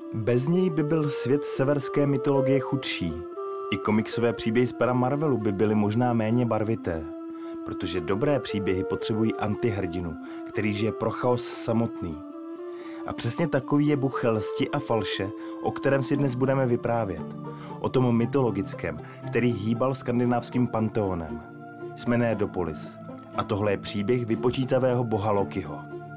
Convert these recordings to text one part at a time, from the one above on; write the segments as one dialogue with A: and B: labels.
A: Bez něj by byl svět severské mytologie chudší. I komiksové příběhy z pera Marvelu by byly možná méně barvité, protože dobré příběhy potřebují antihrdinu, který žije pro chaos samotný. A přesně takový je bůh lsti a falše, o kterém si dnes budeme vyprávět. O tom mytologickém, který hýbal skandinávským panteonem. Jsme Nerdopolis. A tohle je příběh vypočítavého boha Lokiho.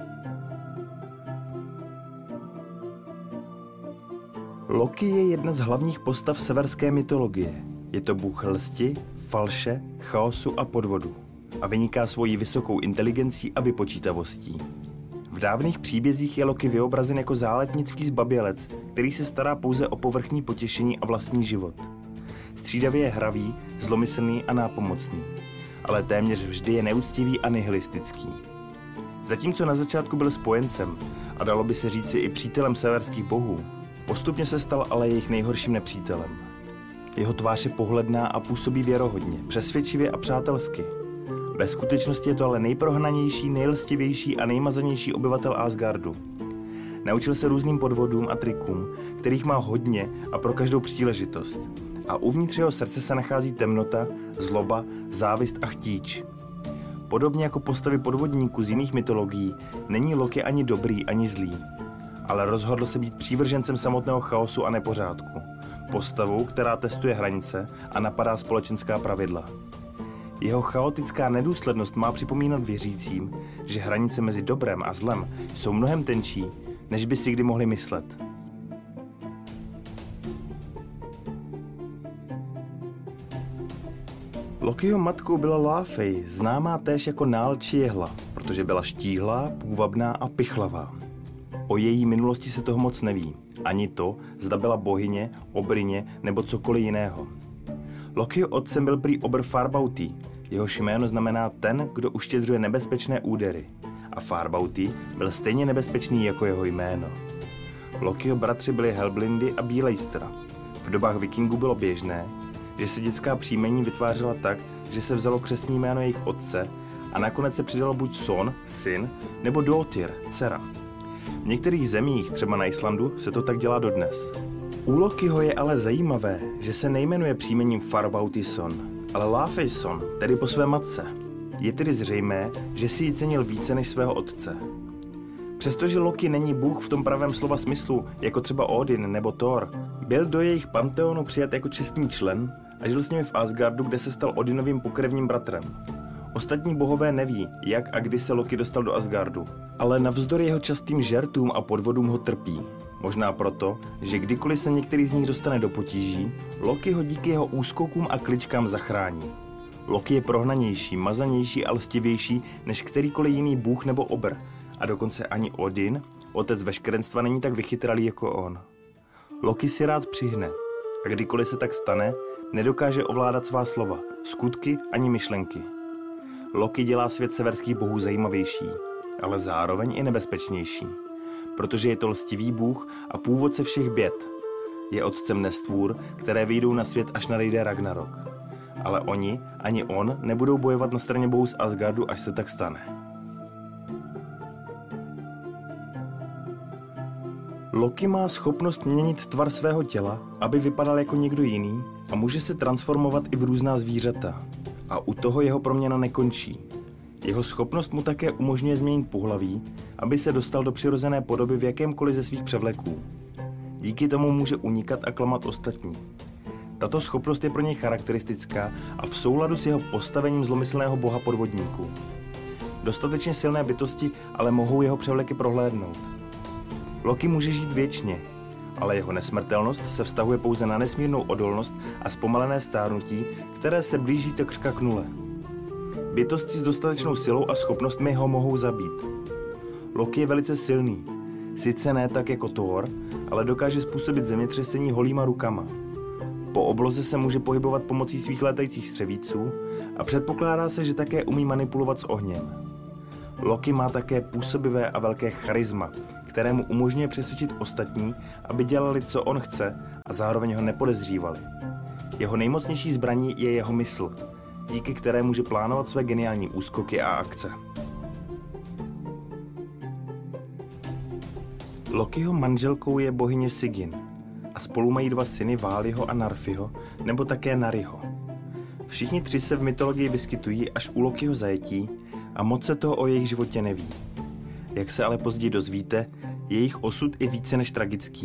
A: Loki je jedna z hlavních postav severské mytologie. Je to bůh lsti, falše, chaosu a podvodu. A vyniká svojí vysokou inteligencí a vypočítavostí. V dávných příbězích je Loki vyobrazen jako záletnický zbabělec, který se stará pouze o povrchní potěšení a vlastní život. Střídavě je hravý, zlomyslný a nápomocný, ale téměř vždy je neúctivý a nihilistický. Zatímco na začátku byl spojencem a dalo by se říci i přítelem severských bohů, postupně se stal ale jejich nejhorším nepřítelem. Jeho tvář je pohledná a působí věrohodně, přesvědčivě a přátelsky. Ve skutečnosti je to ale nejprohnanější, nejlstivější a nejmazanější obyvatel Asgardu. Naučil se různým podvodům a trikům, kterých má hodně a pro každou příležitost. A uvnitř jeho srdce se nachází temnota, zloba, závist a chtíč. Podobně jako postavy podvodníků z jiných mytologií, není Loki ani dobrý, ani zlý. Ale rozhodl se být přívržencem samotného chaosu a nepořádku. Postavou, která testuje hranice a napadá společenská pravidla. Jeho chaotická nedůslednost má připomínat věřícím, že hranice mezi dobrem a zlem jsou mnohem tenčí, než by si kdy mohli myslet. Lokiho matkou byla Laufey, známá též jako Nál či Jehla, protože byla štíhlá, půvabná a pichlavá. O její minulosti se toho moc neví, ani to, zda byla bohyně, obryně nebo cokoliv jiného. Lokiho otcem byl prý obr Farbauti, jehož jméno znamená ten, kdo uštědřuje nebezpečné údery. A Farbauti byl stejně nebezpečný jako jeho jméno. Lokiho bratři byli Helblindy a Bílejstr. V dobách vikingů bylo běžné, že se dětská příjmení vytvářela tak, že se vzalo křestní jméno jejich otce a nakonec se přidalo buď son, syn, nebo dótyr, dcera. V některých zemích, třeba na Islandu, se to tak dělá dodnes. U Lokiho je ale zajímavé, že se nejmenuje příjmením Farbautisson, ale Laufeyson, tedy po své matce. Je tedy zřejmé, že si ji cenil více než svého otce. Přestože Loki není bůh v tom pravém slova smyslu, jako třeba Odin nebo Thor, byl do jejich panteonu přijat jako čestný člen a žil s nimi v Asgardu, kde se stal Odinovým pokrevním bratrem. Ostatní bohové neví, jak a kdy se Loki dostal do Asgardu, ale navzdory jeho častým žertům a podvodům ho trpí. Možná proto, že kdykoliv se některý z nich dostane do potíží, Loki ho díky jeho úskokům a kličkám zachrání. Loki je prohnanější, mazanější a lstivější než kterýkoliv jiný bůh nebo obr, a dokonce ani Odin, otec veškerenstva, není tak vychytralý jako on. Loki si rád přihne a kdykoliv se tak stane, nedokáže ovládat svá slova, skutky ani myšlenky. Loki dělá svět severských bohů zajímavější, ale zároveň i nebezpečnější, protože je to lstivý bůh a původce všech běd. Je otcem nestvůr, které vyjdou na svět, až nadejde Ragnarok. Ale oni, ani on, nebudou bojovat na straně bohů z Asgardu, až se tak stane. Loki má schopnost měnit tvar svého těla, aby vypadal jako někdo jiný, a může se transformovat i v různá zvířata. A u toho jeho proměna nekončí. Jeho schopnost mu také umožňuje změnit pohlaví, aby se dostal do přirozené podoby v jakémkoliv ze svých převleků. Díky tomu může unikat a klamat ostatní. Tato schopnost je pro něj charakteristická a v souladu s jeho postavením zlomyslného boha podvodníků. Dostatečně silné bytosti ale mohou jeho převleky prohlédnout. Loki může žít věčně, ale jeho nesmrtelnost se vztahuje pouze na nesmírnou odolnost a zpomalené stárnutí, které se blíží takřka k nule. Bytosti s dostatečnou silou a schopnostmi ho mohou zabít. Loki je velice silný. Sice ne tak jako Thor, ale dokáže způsobit zemětřesení holýma rukama. Po obloze se může pohybovat pomocí svých létajících střevíců a předpokládá se, že také umí manipulovat s ohněm. Loki má také působivé a velké charisma, které mu umožňuje přesvědčit ostatní, aby dělali, co on chce, a zároveň ho nepodezřívali. Jeho nejmocnější zbraní je jeho mysl, díky které může plánovat své geniální úskoky a akce. Lokiho manželkou je bohyně Sigyn a spolu mají 2 syny, Váliho a Narfiho, nebo také Nariho. Všichni 3 se v mytologii vyskytují až u Lokiho zajetí a moc se toho o jejich životě neví. Jak se ale později dozvíte, jejich osud je více než tragický.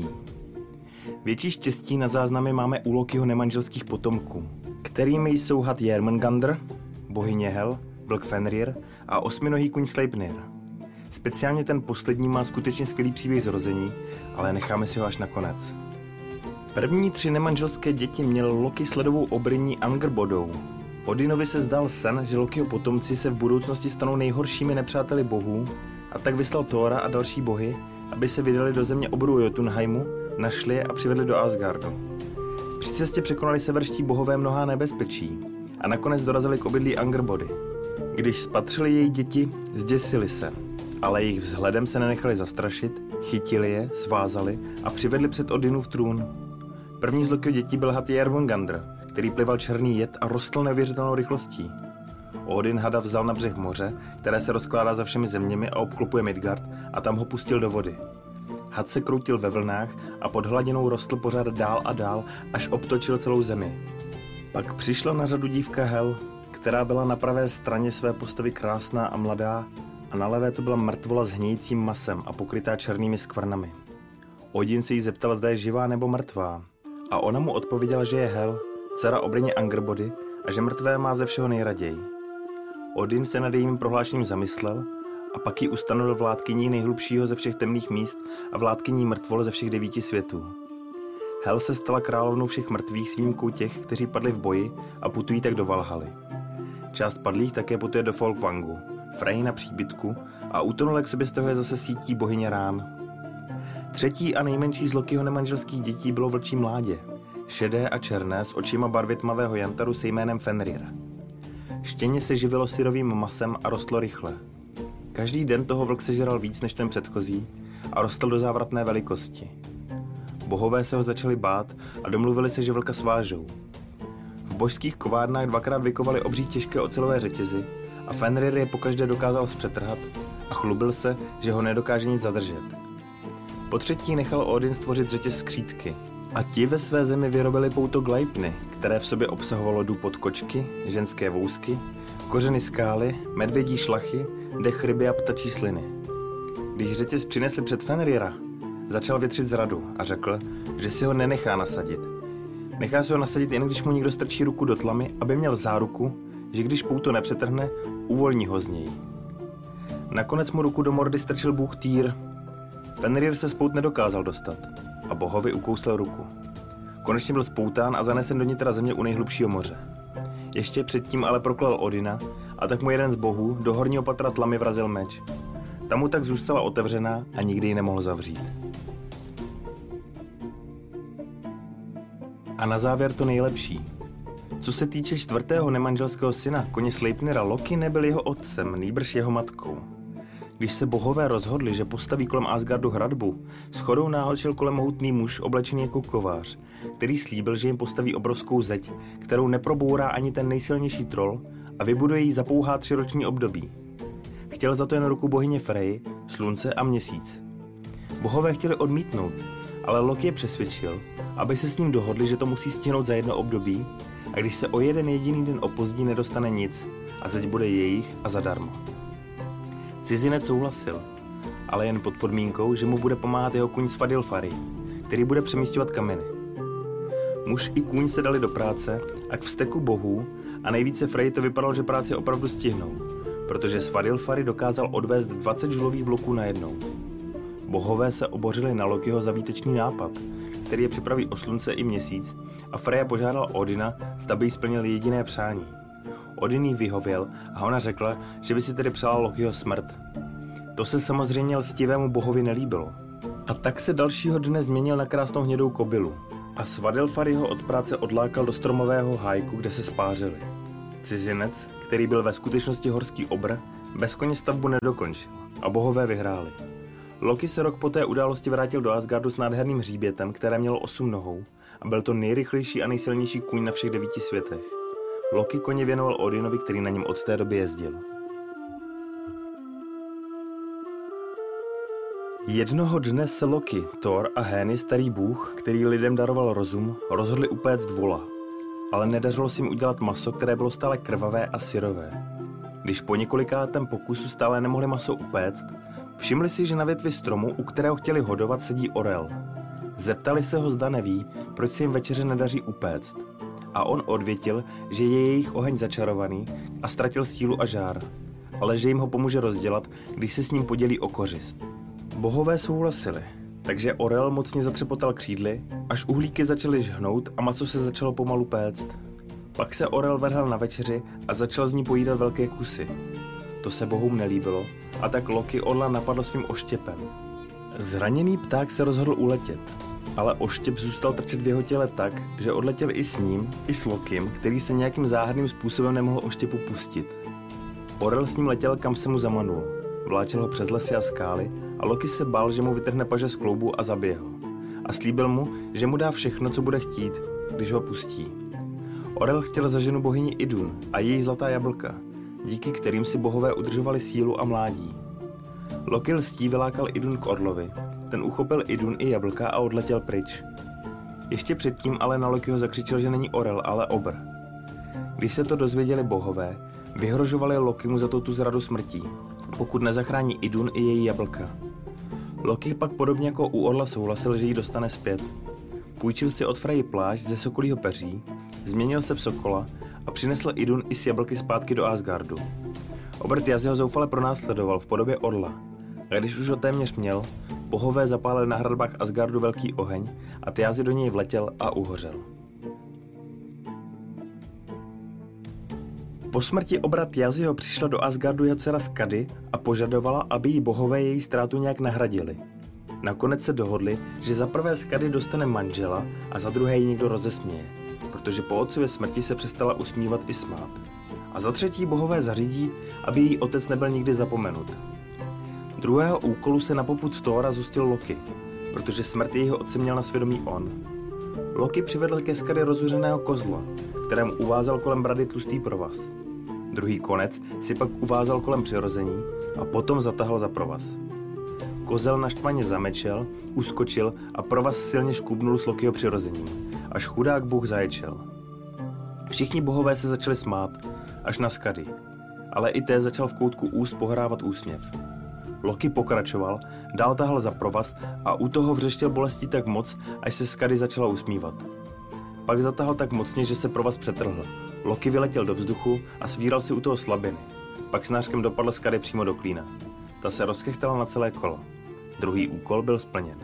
A: Větší štěstí na záznamy máme u Lokiho nemanželských potomků, kterými jsou had Jörmungandr, bohyně Hel, vlk Fenrir a osminohý kuň Sleipnir. Speciálně ten poslední má skutečně skvělý příběh zrození, ale necháme si ho až na konec. První 3 nemanželské děti měl Loki s ledovou obrní Angerbodou. Odinovi se zdal sen, že Lokiho potomci se v budoucnosti stanou nejhoršími nepřáteli bohů, a tak vyslal Thora a další bohy, aby se vydali do země obru Jotunheimu, našli je a přivedli do Asgardu. Při cestě překonali severští bohové mnohá nebezpečí a nakonec dorazili k obydlí Angerbody. Když spatřili její děti, zděsili se, ale jejich vzhledem se nenechali zastrašit, chytili je, svázali a přivedli před Odinův trůn. První z Lokiho dětí byl had Jörmungandr, který plival černý jed a rostl neuvěřitelnou rychlostí. Odin hada vzal na břeh moře, které se rozkládá za všemi zeměmi a obklopuje Midgard, a tam ho pustil do vody. Had se kroutil ve vlnách a pod hladinou rostl pořád dál a dál, až obtočil celou zemi. Pak přišla na řadu dívka Hel, která byla na pravé straně své postavy krásná a mladá, a na levé to byla mrtvola s hnějícím masem a pokrytá černými skvrnami. Odin se jí zeptal, zda je živá nebo mrtvá, a ona mu odpověděla, že je Hel, dcera obrně Angerbody, a že mrtvé má ze všeho nejraději. Odin se nad jejím prohlášením zamyslel a pak ji ustanovil vládkyní nejhlubšího ze všech temných míst a vládkyní mrtvol ze všech 9 světů. Hel se stala královnou všech mrtvých s výjimkou těch, kteří padli v boji a putují tak do Valhaly. Část padlých také putuje do Folkvangu, Frey na příbytku a utonulé k sobě stahuje zase sítí bohyně Rán. Třetí a nejmenší z Lokiho nemanželských dětí bylo vlčí mládě, šedé a černé s očima barvy tmavého jantaru se jménem Fenrir. Štěně se živilo syrovým masem a rostlo rychle. Každý den toho vlk sežral víc než ten předchozí a rostl do závratné velikosti. Bohové se ho začali bát a domluvili se, že vlka svážou. V božských kovárnách 2krát vykovali obří těžké ocelové řetězy a Fenrir je pokaždé dokázal zpřetrhat a chlubil se, že ho nedokáže nic zadržet. Po třetí nechal Odin stvořit řetěz skřítky a ti ve své zemi vyrobili pouto Gleipny, které v sobě obsahovalo dub od kočky, ženské vousky, kořeny skály, medvědí šlachy, dech ryby a ptačí sliny. Když řetěz přinesli před Fenrira, začal větřit zradu a řekl, že si ho nenechá nasadit. Nechá si ho nasadit jen když mu někdo strčí ruku do tlamy, aby měl záruku, že když pouto nepřetrhne, uvolní ho z něj. Nakonec mu ruku do mordy strčil bůh Týr. Fenrir se z pout nedokázal dostat a bohovi ukousl ruku. Konečně byl spoután a zanesen do nitra země u nejhlubšího moře. Ještě předtím ale proklal Odina a tak mu jeden z bohů do horního patra tlamy vrazil meč. Tam mu tak zůstala otevřená a nikdy ji nemohl zavřít. A na závěr to nejlepší. Co se týče 4. nemanželského syna, koně Sleipnira, Loki nebyl jeho otcem, nýbrž jeho matkou. Když se bohové rozhodli, že postaví kolem Asgardu hradbu, shodou náhod šel kolem mohutný muž oblečený jako kovář, který slíbil, že jim postaví obrovskou zeď, kterou neprobourá ani ten nejsilnější troll a vybuduje ji za pouhá 3roční období. Chtěl za to jen ruku bohyně Frey, slunce a měsíc. Bohové chtěli odmítnout, ale Loki je přesvědčil, aby se s ním dohodli, že to musí stihnout za jedno období a když se o jeden jediný den opozdí, nedostane nic a zeď bude jejich a zadarmo. Cizinec souhlasil, ale jen pod podmínkou, že mu bude pomáhat jeho kůň Svadilfari, který bude přemísťovat kameny. Muž i kůň se dali do práce a k vzteku bohů a nejvíce Frey to vypadalo, že práci opravdu stihnou, protože Svadilfari dokázal odvést 20 žulových bloků najednou. Bohové se obořili na Lokiho za výtečný nápad, který je připraví o slunce i měsíc a Freja požádal Odina, zda by jí splnil jediné přání. Odin jí vyhověl a ona řekla, že by si tedy přála Lokiho smrt. To se samozřejmě lstivému bohovi nelíbilo. A tak se dalšího dne změnil na krásnou hnědou kobylu a Svadilfari ho od práce odlákal do stromového hájku, kde se spářili. Cizinec, který byl ve skutečnosti horský obr, bez koně stavbu nedokončil a bohové vyhráli. Loki se rok po té události vrátil do Asgardu s nádherným hříbětem, které mělo 8 nohou a byl to nejrychlejší a nejsilnější kůň na všech 9 světech. Loki koně věnoval Odinovi, který na něm od té doby jezdil. Jednoho dne se Loki, Thor a Hény, starý bůh, který lidem daroval rozum, rozhodli upéct vola. Ale nedařilo se jim udělat maso, které bylo stále krvavé a syrové. Když po několikátém pokusu stále nemohli maso upéct, všimli si, že na větvi stromu, u kterého chtěli hodovat, sedí orel. Zeptali se ho, zda neví, proč se jim večeře nedaří upéct. A on odvětil, že je jejich oheň začarovaný a ztratil sílu a žár, ale že jim ho pomůže rozdělat, když se s ním podělí o kořist. Bohové souhlasili, takže orel mocně zatřepotal křídly, až uhlíky začaly žhnout a maso se začalo pomalu péct. Pak se orel vrhl na večeři a začal z ní pojídat velké kusy. To se bohům nelíbilo a tak Loki orla napadl svým oštěpem. Zraněný pták se rozhodl uletět, ale oštěp zůstal trčet v jeho těle tak, že odletěl i s ním, i s Lokim, který se nějakým záhadným způsobem nemohl oštěpu pustit. Orel s ním letěl, kam se mu zamanul. Vláčel ho přes lesy a skály a Loki se bál, že mu vytrhne paže z kloubu a zabije ho. A slíbil mu, že mu dá všechno, co bude chtít, když ho pustí. Orel chtěl za ženu bohyni Idun a její zlatá jablka, díky kterým si bohové udržovali sílu a mládí. Loki lstí vylákal Idun k orlovi, ten uchopil Idun i jablka a odletěl pryč. Ještě předtím ale na Lokiho zakřičel, že není orel, ale obr. Když se to dozvěděli bohové, vyhrožovali Lokimu za tu zradu smrtí, pokud nezachrání Idun i její jablka. Loki pak podobně jako u orla souhlasil, že ji dostane zpět. Půjčil si od Freji plášť ze sokolího peří, změnil se v sokola a přinesl Idun i s jablky zpátky do Asgardu. Obr Tjazy ho zoufale pronásledoval v podobě orla. A když už ho téměř měl, bohové zapálili na hradbách Asgardu velký oheň a Tjazy do něj vletěl a uhořel. Po smrti obra Tjazyho přišla do Asgardu jeho dcera Skadi a požadovala, aby jí bohové její ztrátu nějak nahradili. Nakonec se dohodli, že za prvé Skadi dostane manžela a za druhé ji někdo rozesměje, protože po otcově smrti se přestala usmívat i smát. A za třetí bohové zařídí, aby její otec nebyl nikdy zapomenut. Druhého úkolu se na popud Thora zhostil Loki, protože smrt jejího otce měl na svědomí on. Loki přivedl ke Skadi rozuřeného kozla, kterému uvázal kolem brady tlustý provaz. Druhý konec si pak uvázal kolem přirození a potom zatahal za provaz. Kozel naštvaně zamečel, uskočil a provaz silně škubnul s Lokiho přirozením, až chudák bůh zaječel. Všichni bohové se začali smát, až na Skadi, ale i té začal v koutku úst pohrávat úsměv. Loki pokračoval, dál tahal za provaz a u toho vřeštěl bolestí tak moc, až se Skadi začala usmívat. Pak zatahal tak mocně, že se provaz přetrhl. Loki vyletěl do vzduchu a svíral si u toho slabiny. Pak snářkem dopadl Skadi přímo do klína. Ta se rozchechtala na celé kolo. Druhý úkol byl splněn.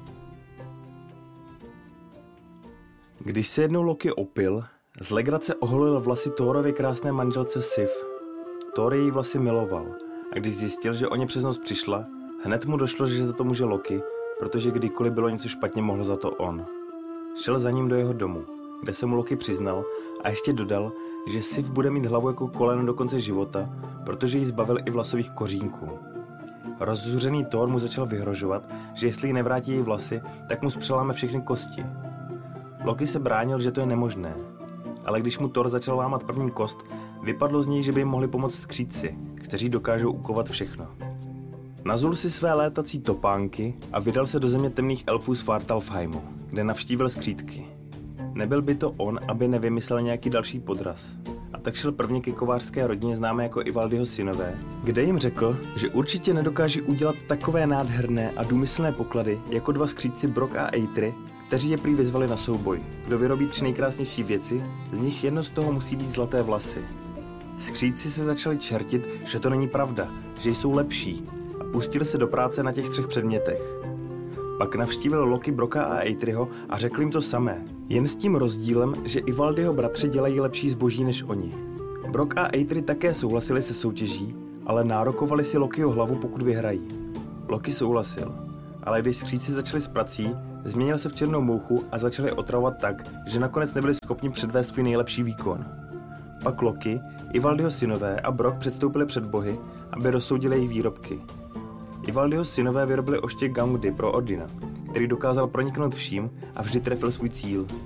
A: Když se jednou Loki opil, z legrace oholil vlasy Thorově krásné manželce Sif. Thor její vlasy miloval a když zjistil, že o ně přes noc přišla, hned mu došlo, že za to může Loki, protože kdykoliv bylo něco špatně, mohl za to on. Šel za ním do jeho domu, kde se mu Loki přiznal a ještě dodal, že Sif bude mít hlavu jako koleno do konce života, protože jí zbavil i vlasových kořínků. Rozzuřený Thor mu začal vyhrožovat, že jestli jí nevrátí její vlasy, tak mu spřeláme všechny kosti. Loki se bránil, že to je nemožné, ale když mu Thor začal lámat první kost, vypadlo z něj, že by jim mohli pomoct skřídci, kteří dokážou ukovat všechno. Nazul si své létací topánky a vydal se do země temných elfů z Svartalfheimu, kde navštívil skřídky. Nebyl by to on, aby nevymyslel nějaký další podraz. A tak šel prvně ke kovářské rodině známé jako Ivaldiho synové, kde jim řekl, že určitě nedokáží udělat takové nádherné a důmyslné poklady jako dva skřídci Brok a Eitri, kteří je prý vyzvali na souboj. Kdo vyrobí 3 nejkrásnější věci, z nich jedno z toho musí být zlaté vlasy. Skřídci se začali čertit, že to není pravda, že jsou lepší a pustili se do práce na těch 3 předmětech. Pak navštívil Loki Broka a Eitriho a řekl jim to samé, jen s tím rozdílem, že Ivaldiho bratři dělají lepší zboží než oni. Brok a Eitri také souhlasili se soutěží, ale nárokovali si Lokiho hlavu, pokud vyhrají. Loki souhlasil, ale když skřídci začali s prací, změnil se v černou mouchu a začali otravovat tak, že nakonec nebyli schopni předvést svůj nejlepší výkon. Pak Loki, Ivaldiho synové a Brok předstoupili před bohy, aby rozsoudili jejich výrobky. Ivaldiho synové vyrobili oštěk Gaungdy pro Odina, který dokázal proniknout vším a vždy trefil svůj cíl.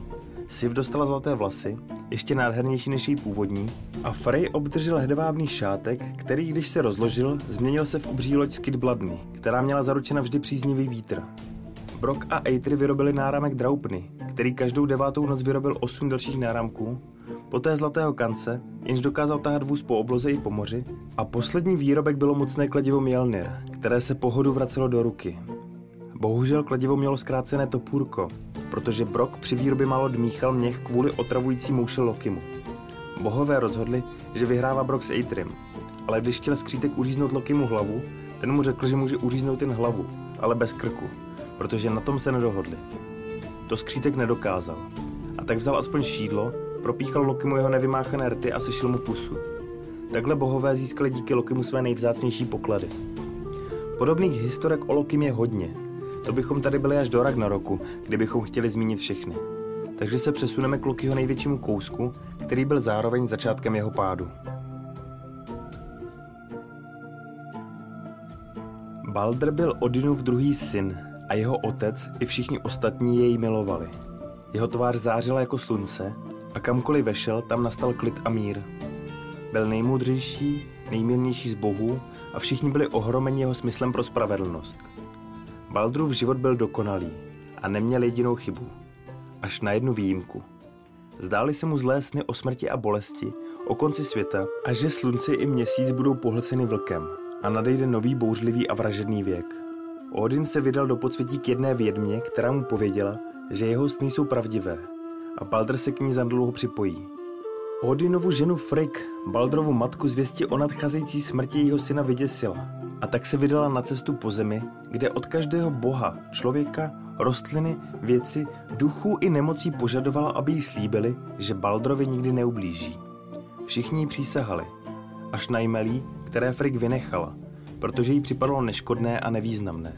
A: Sif dostala zlaté vlasy, ještě nádhernější než její původní, a Frey obdržel hedvábný šátek, který, když se rozložil, změnil se v obří loď Skidbladny, která měla zaručena vždy příznivý vítr. Brock a Eitri vyrobili náramek Draupny, který každou 9. noc vyrobil 8 dalších náramků, poté zlatého kance, jenž dokázal tahat vůz po obloze i po moři, a poslední výrobek bylo mocné kladivo Mjolnir, které se po hodu vracelo do ruky. Bohužel kladivo mělo zkrácené topůrko, protože Brock při výrobě málo dmíchal měch kvůli otravující mouše Lokimu. Bohové rozhodli, že vyhrává Brock s Eitrim, ale když chtěl skřítek uříznout Lokimu hlavu, ten mu řekl, že může uříznout jen hlavu, ale bez krku, protože na tom se nedohodli. To skřítek nedokázal, a tak vzal aspoň šídlo, propíchal Lokimu jeho nevymáchané rty a sešil mu pusu. Takhle bohové získali díky Lokimu své nejvzácnější poklady. Podobných historek o Lokim je hodně. To bychom tady byli až do Ragnaroku, kdybychom chtěli zmínit všechny. Takže se přesuneme k Lokiho největšímu kousku, který byl zároveň začátkem jeho pádu. Baldr byl Odinův druhý syn a jeho otec i všichni ostatní jej milovali. Jeho tvář zářila jako slunce a kamkoliv vešel, tam nastal klid a mír. Byl nejmoudřejší, nejmírnější z bohů a všichni byli ohromeni jeho smyslem pro spravedlnost. Baldrův život byl dokonalý a neměl jedinou chybu. Až na jednu výjimku. Zdály se mu zlé sny o smrti a bolesti, o konci světa a že slunce i měsíc budou pohlceny vlkem a nadejde nový bouřlivý a vražedný věk. Odin se vydal do podsvětí k jedné vědmě, která mu pověděla, že jeho sny jsou pravdivé, a Baldr se k ní zanedlouho připojí. Odinovu ženu Frigg, Baldrovu matku, zvěstí o nadcházející smrti jejího syna vyděsila, a tak se vydala na cestu po zemi, kde od každého boha, člověka, rostliny, věci, duchů i nemocí požadovala, aby jí slíbili, že Baldrovi nikdy neublíží. Všichni jí přísahali, až na jmelí, které Frigg vynechala, protože jí připadalo neškodné a nevýznamné.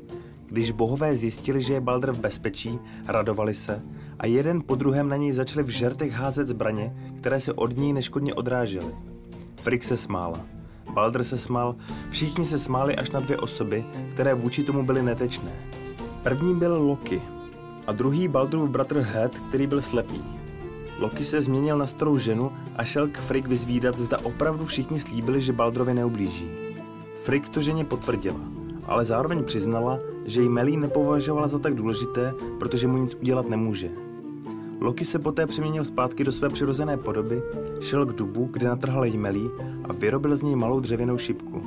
A: Když bohové zjistili, že je Baldr v bezpečí, radovali se a jeden po druhém na něj začali v žertech házet zbraně, které se od něj neškodně odrážely. Frigg se smála, Baldr se smál, všichni se smáli až na 2 osoby, které vůči tomu byly netečné. První byl Loki a druhý Baldrův bratr Hed, který byl slepý. Loki se změnil na starou ženu a šel k Frigg vyzvídat, zda opravdu všichni slíbili, že Baldrovi neublíží. Frigg to ženě potvrdila, ale zároveň přiznala, že jí Melí nepovažovala za tak důležité, protože mu nic udělat nemůže. Loki se poté přeměnil zpátky do své přirozené podoby, šel k dubu, kde natrhal jmelí a vyrobil z něj malou dřevěnou šipku.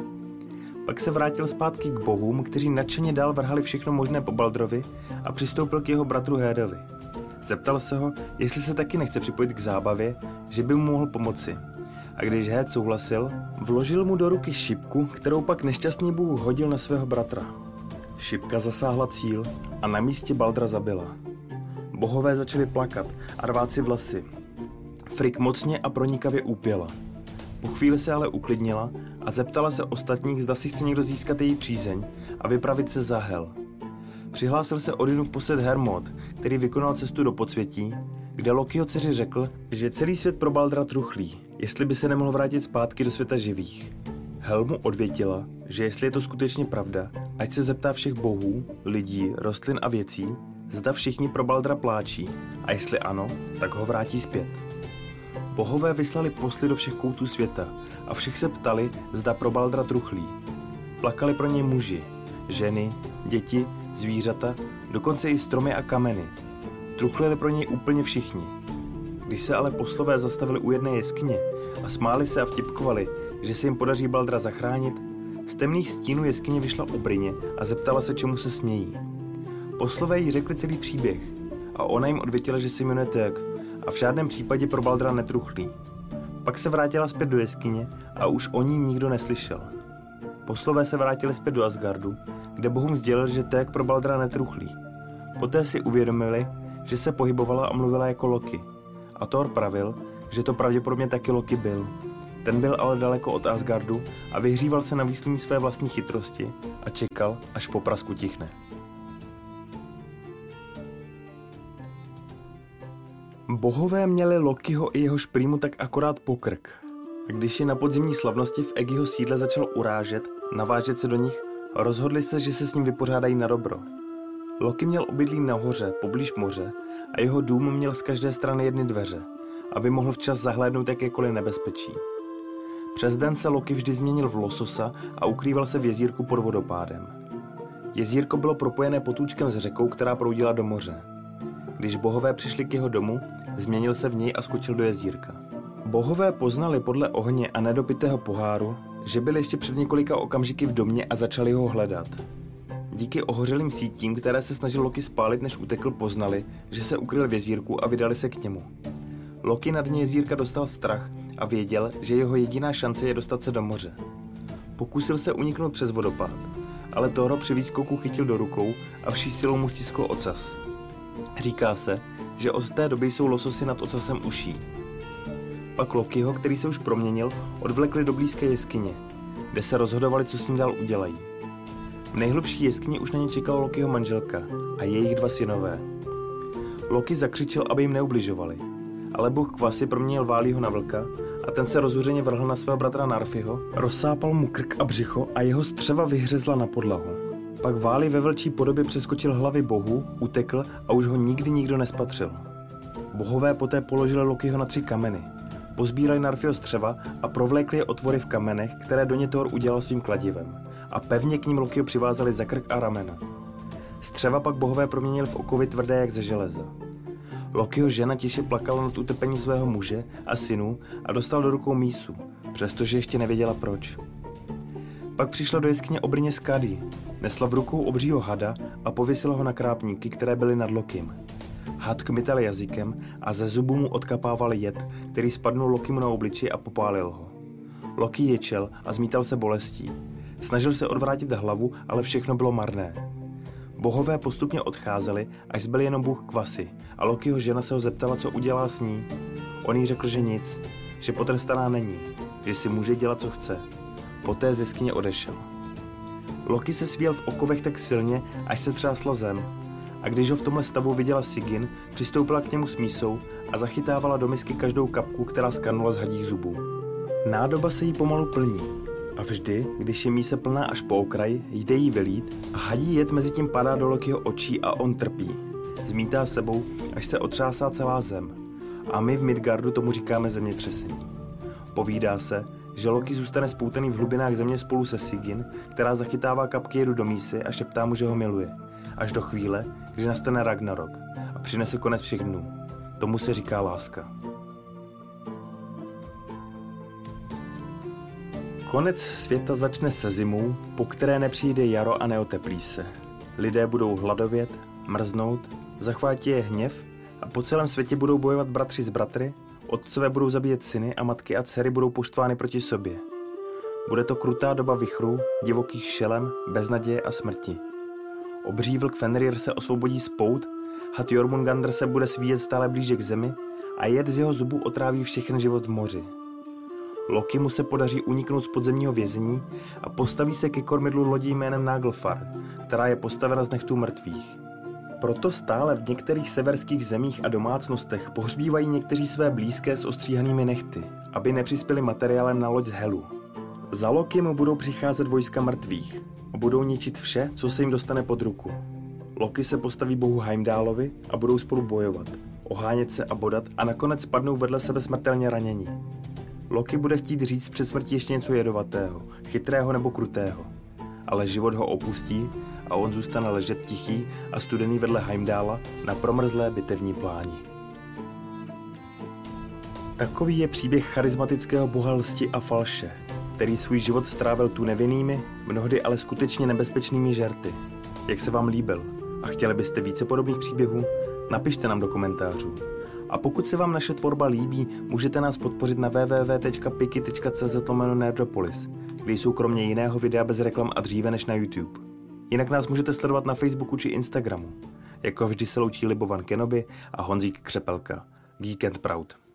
A: Pak se vrátil zpátky k bohům, kteří nadšeně dál vrhali všechno možné po Baldrovi a přistoupil k jeho bratru Hédovi. Zeptal se ho, jestli se taky nechce připojit k zábavě, že by mu mohl pomoci. A když Héd souhlasil, vložil mu do ruky šipku, kterou pak nešťastný bůh hodil na svého bratra. Šipka zasáhla cíl a na místě Baldra zabila. Bohové začali plakat a rvát si vlasy. Frigg mocně a pronikavě úpěla. Po chvíli se ale uklidnila a zeptala se ostatních, zda si chce někdo získat její přízeň a vypravit se za Hel. Přihlásil se Odinův posled Hermod, který vykonal cestu do podsvětí, kde Lokiho dceři řekl, že celý svět pro Baldra truchlí, jestli by se nemohl vrátit zpátky do světa živých. Hel mu odvětila, že jestli je to skutečně pravda, ať se zeptá všech bohů, lidí, rostlin a věcí, zda všichni pro Baldra pláčí a jestli ano, tak ho vrátí zpět. Bohové vyslali posly do všech koutů světa a všech se ptali, zda pro Baldra truchlí. Plakali pro něj muži, ženy, děti, zvířata, dokonce i stromy a kameny. Truchlili pro něj úplně všichni. Když se ale poslové zastavili u jedné jeskyně a smáli se a vtipkovali, že se jim podaří Baldra zachránit, z temných stínů jeskyně vyšla Obrině a zeptala se, čemu se smějí. Poslové jí řekli celý příběh a ona jim odvětila, že se jmenuje tak a v žádném případě pro Baldra netruchlí. Pak se vrátila zpět do jeskyně a už o ní nikdo neslyšel. Poslové se vrátili zpět do Asgardu, kde bohům sdělil, že Ték pro Baldra netruchlí. Poté si uvědomili, že se pohybovala a mluvila jako Loki. A Thor pravil, že to pravděpodobně taky Loki byl. Ten byl ale daleko od Asgardu a vyhříval se na výsluní své vlastní chytrosti a čekal, až po prasku tichne. Bohové měli Lokiho i jeho šprýmu tak akorát po krk. A když je na podzimní slavnosti v Egiho sídle začal urážet, navážet se do nich, rozhodli se, že se s ním vypořádají na dobro. Loki měl obydlí nahoře, poblíž moře, a jeho dům měl z každé strany jedny dveře, aby mohl včas zahlédnout jakékoliv nebezpečí. Přes den se Loki vždy změnil v lososa a ukrýval se v jezírku pod vodopádem. Jezírko bylo propojené potůčkem s řekou, která proudila do moře. Když bohové přišli k jeho domu, změnil se v něj a skočil do jezírka. Bohové poznali podle ohně a nedopitého poháru, že byl ještě před několika okamžiky v domě a začali ho hledat. Díky ohořelým sítím, které se snažil Loki spálit, než utekl, poznali, že se ukryl v jezírku a vydali se k němu. Loki na dně jezírka dostal strach a věděl, že jeho jediná šance je dostat se do moře. Pokusil se uniknout přes vodopád, ale Thor ho při výskoku chytil do rukou a vší silou mu stiskl ocas. Říká se, že od té doby jsou lososy nad ocasem uší. Pak Lokiho, který se už proměnil, odvlekli do blízké jeskyně, kde se rozhodovali, co s ním dál udělají. V nejhlubší jeskyni už na ně čekala Lokiho manželka a jejich 2 synové. Loki zakřičel, aby jim neubližovali, ale bůh Kvasy proměnil Váliho na vlka a ten se rozhořeně vrhl na svého bratra Narfiho, rozsápal mu krk a břicho a jeho střeva vyhřezla na podlahu. Pak Váli ve vlčí podobě přeskočil hlavy bohů, utekl a už ho nikdy nikdo nespatřil. Bohové poté položili Lokiho na 3 kameny, pozbírali Narfiho střeva a provlékli je otvory v kamenech, které do ně Thor udělal svým kladivem, a pevně k ním Lokiho přivázali za krk a ramena. Střeva pak bohové proměnili v okovy tvrdé jak ze železa. Lokiho žena tiše plakala nad utrpením svého muže a synů a dostal do rukou mísu, přestože ještě nevěděla proč. Pak přišla do jeskyně obrně Skadi, nesla v rukou obřího hada a pověsila ho na krápníky, které byly nad Lokim. Had kmital jazykem a ze zubů mu odkapával jed, který spadnul Lokimu na obliči a popálil ho. Loki ječel a zmítal se bolestí. Snažil se odvrátit hlavu, ale všechno bylo marné. Bohové postupně odcházeli, až zbyl jenom bůh Kvasy a Lokiho žena se ho zeptala, co udělá s ní. On jí řekl, že nic, že potrestaná není, že si může dělat, co chce. Poté z jeskyně odešel. Loki se svíjel v okovech tak silně, až se třásla zem. A když ho v tomhle stavu viděla Sigyn, přistoupila k němu s mísou a zachytávala do misky každou kapku, která skanula z hadích zubů. Nádoba se jí pomalu plní. A vždy, když je mísa plná až po okraj, jde jí vylít a hadí jed mezi tím padá do Lokiho očí a on trpí. Zmítá sebou, až se otřásá celá zem. A my v Midgardu tomu říkáme zemětřesení. Povídá se, že Loki zůstane spoutaný v hlubinách země spolu se Sigyn, která zachytává kapky jedu do mísy a šeptá mu, že ho miluje. Až do chvíle, kdy nastane Ragnarok a přinese konec všech dnů. Tomu se říká láska. Konec světa začne se zimou, po které nepřijde jaro a neoteplí se. Lidé budou hladovět, mrznout, zachvátí je hněv a po celém světě budou bojovat bratři s bratry, otcové budou zabíjet syny a matky a dcery budou poštvány proti sobě. Bude to krutá doba vichrů, divokých šelem, beznaděje a smrti. Obří vlk Fenrir se osvobodí z pout, had Jormungandr se bude svíjet stále blíže k zemi a jed z jeho zubu otráví všechen život v moři. Loki mu se podaří uniknout z podzemního vězení a postaví se ke kormidlu lodi jménem Naglfar, která je postavena z nechtů mrtvých. Proto stále v některých severských zemích a domácnostech pohřbívají někteří své blízké s ostříhanými nehty, aby nepřispěli materiálem na loď z Helu. Za Lokim budou přicházet vojska mrtvých a budou ničit vše, co se jim dostane pod ruku. Loki se postaví bohu Heimdallovi a budou spolu bojovat, ohánět se a bodat a nakonec padnou vedle sebe smrtelně ranění. Loki bude chtít říct před smrtí ještě něco jedovatého, chytrého nebo krutého, ale život ho opustí a on zůstane ležet tichý a studený vedle Heimdalla na promrzlé bitevní pláni. Takový je příběh charismatického boha lsti a falše, který svůj život strávil tu nevinnými, mnohdy ale skutečně nebezpečnými žerty. Jak se vám líbil a chtěli byste více podobných příběhů? Napište nám do komentářů. A pokud se vám naše tvorba líbí, můžete nás podpořit na www.piki.cz/nerdopolis, kde jsou kromě jiného videa bez reklam a dříve než na YouTube. Jinak nás můžete sledovat na Facebooku či Instagramu. Jako vždy se loučí Libovan Kenobi a Honzík Křepelka. Geek and Proud.